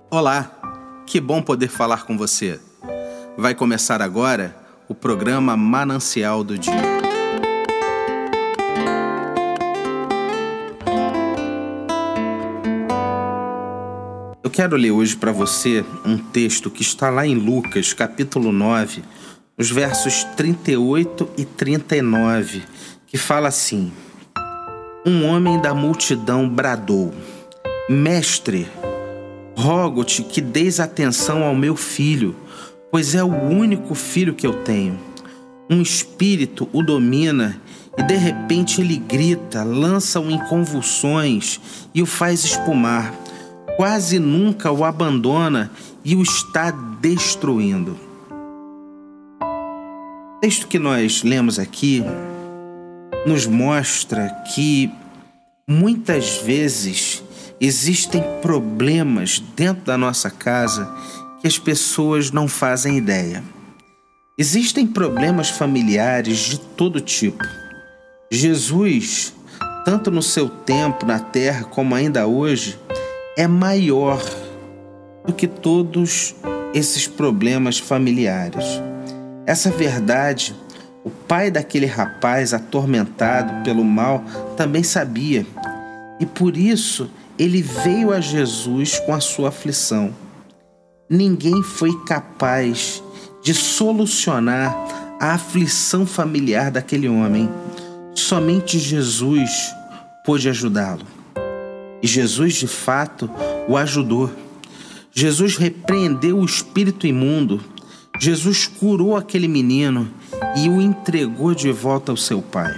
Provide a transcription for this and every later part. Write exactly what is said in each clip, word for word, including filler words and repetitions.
Olá, que bom poder falar com você. Vai começar agora o programa Manancial do Dia. Eu quero ler hoje para você um texto que está lá em Lucas, capítulo nove, os versos trinta e oito e trinta e nove, que fala assim: Um homem da multidão bradou: Mestre, rogo-te que deis atenção ao meu filho, pois é o único filho que eu tenho. Um espírito o domina e de repente ele grita, lança-o em convulsões e o faz espumar. Quase nunca o abandona e o está destruindo. O texto que nós lemos aqui nos mostra que muitas vezes existem problemas dentro da nossa casa que as pessoas não fazem ideia. Existem problemas familiares de todo tipo. Jesus, tanto no seu tempo na terra como ainda hoje, é maior do que todos esses problemas familiares. Essa verdade, o pai daquele rapaz atormentado pelo mal também sabia, e por isso ele veio a Jesus com a sua aflição. Ninguém foi capaz de solucionar a aflição familiar daquele homem. Somente Jesus pôde ajudá-lo. E Jesus, de fato, o ajudou. Jesus repreendeu o espírito imundo. Jesus curou aquele menino e o entregou de volta ao seu pai.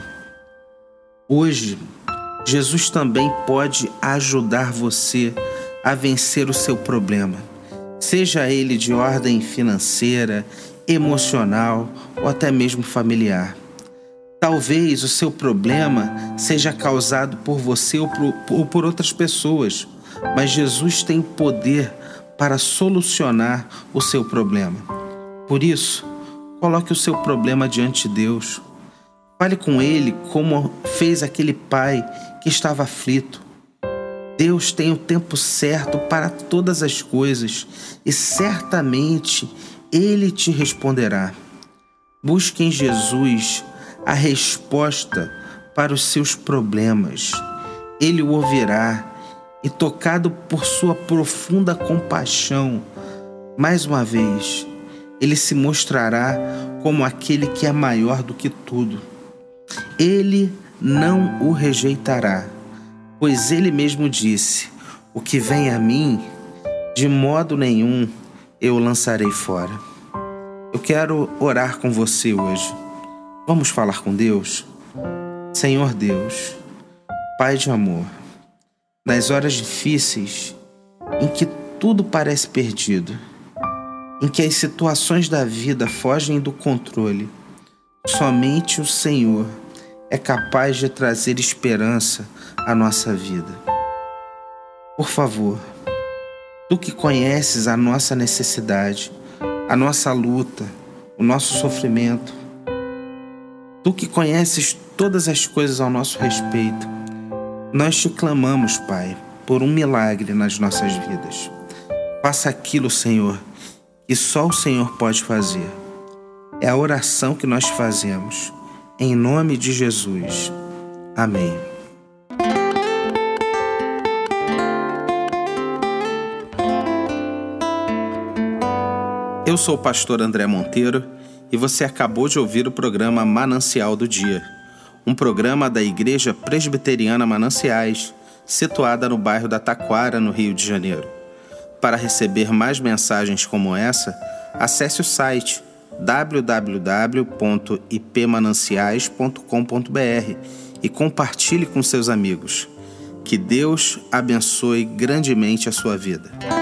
Hoje, Jesus também pode ajudar você a vencer o seu problema, seja ele de ordem financeira, emocional ou até mesmo familiar. Talvez o seu problema seja causado por você ou por, ou por outras pessoas, mas Jesus tem o poder para solucionar o seu problema. Por isso, coloque o seu problema diante de Deus. Fale com Ele como fez aquele pai que estava aflito. Deus tem o tempo certo para todas as coisas e certamente Ele te responderá. Busque em Jesus a resposta para os seus problemas. Ele o ouvirá e, tocado por sua profunda compaixão, mais uma vez, Ele se mostrará como aquele que é maior do que tudo. Ele não o rejeitará, pois Ele mesmo disse: o que vem a mim, de modo nenhum eu o lançarei fora. Eu quero orar com você hoje. Vamos falar com Deus? Senhor Deus, Pai de amor, nas horas difíceis, em que tudo parece perdido, em que as situações da vida fogem do controle, somente o Senhor é capaz de trazer esperança à nossa vida. Por favor, Tu que conheces a nossa necessidade, a nossa luta, o nosso sofrimento, Tu que conheces todas as coisas ao nosso respeito, nós Te clamamos, Pai, por um milagre nas nossas vidas. Faça aquilo, Senhor, que só o Senhor pode fazer. É a oração que nós fazemos, em nome de Jesus. Amém. Eu sou o pastor André Monteiro e você acabou de ouvir o programa Manancial do Dia, um programa da Igreja Presbiteriana Mananciais, situada no bairro da Taquara, no Rio de Janeiro. Para receber mais mensagens como essa, acesse o site w w w ponto i p mananciais ponto com ponto b r e compartilhe com seus amigos. Que Deus abençoe grandemente a sua vida.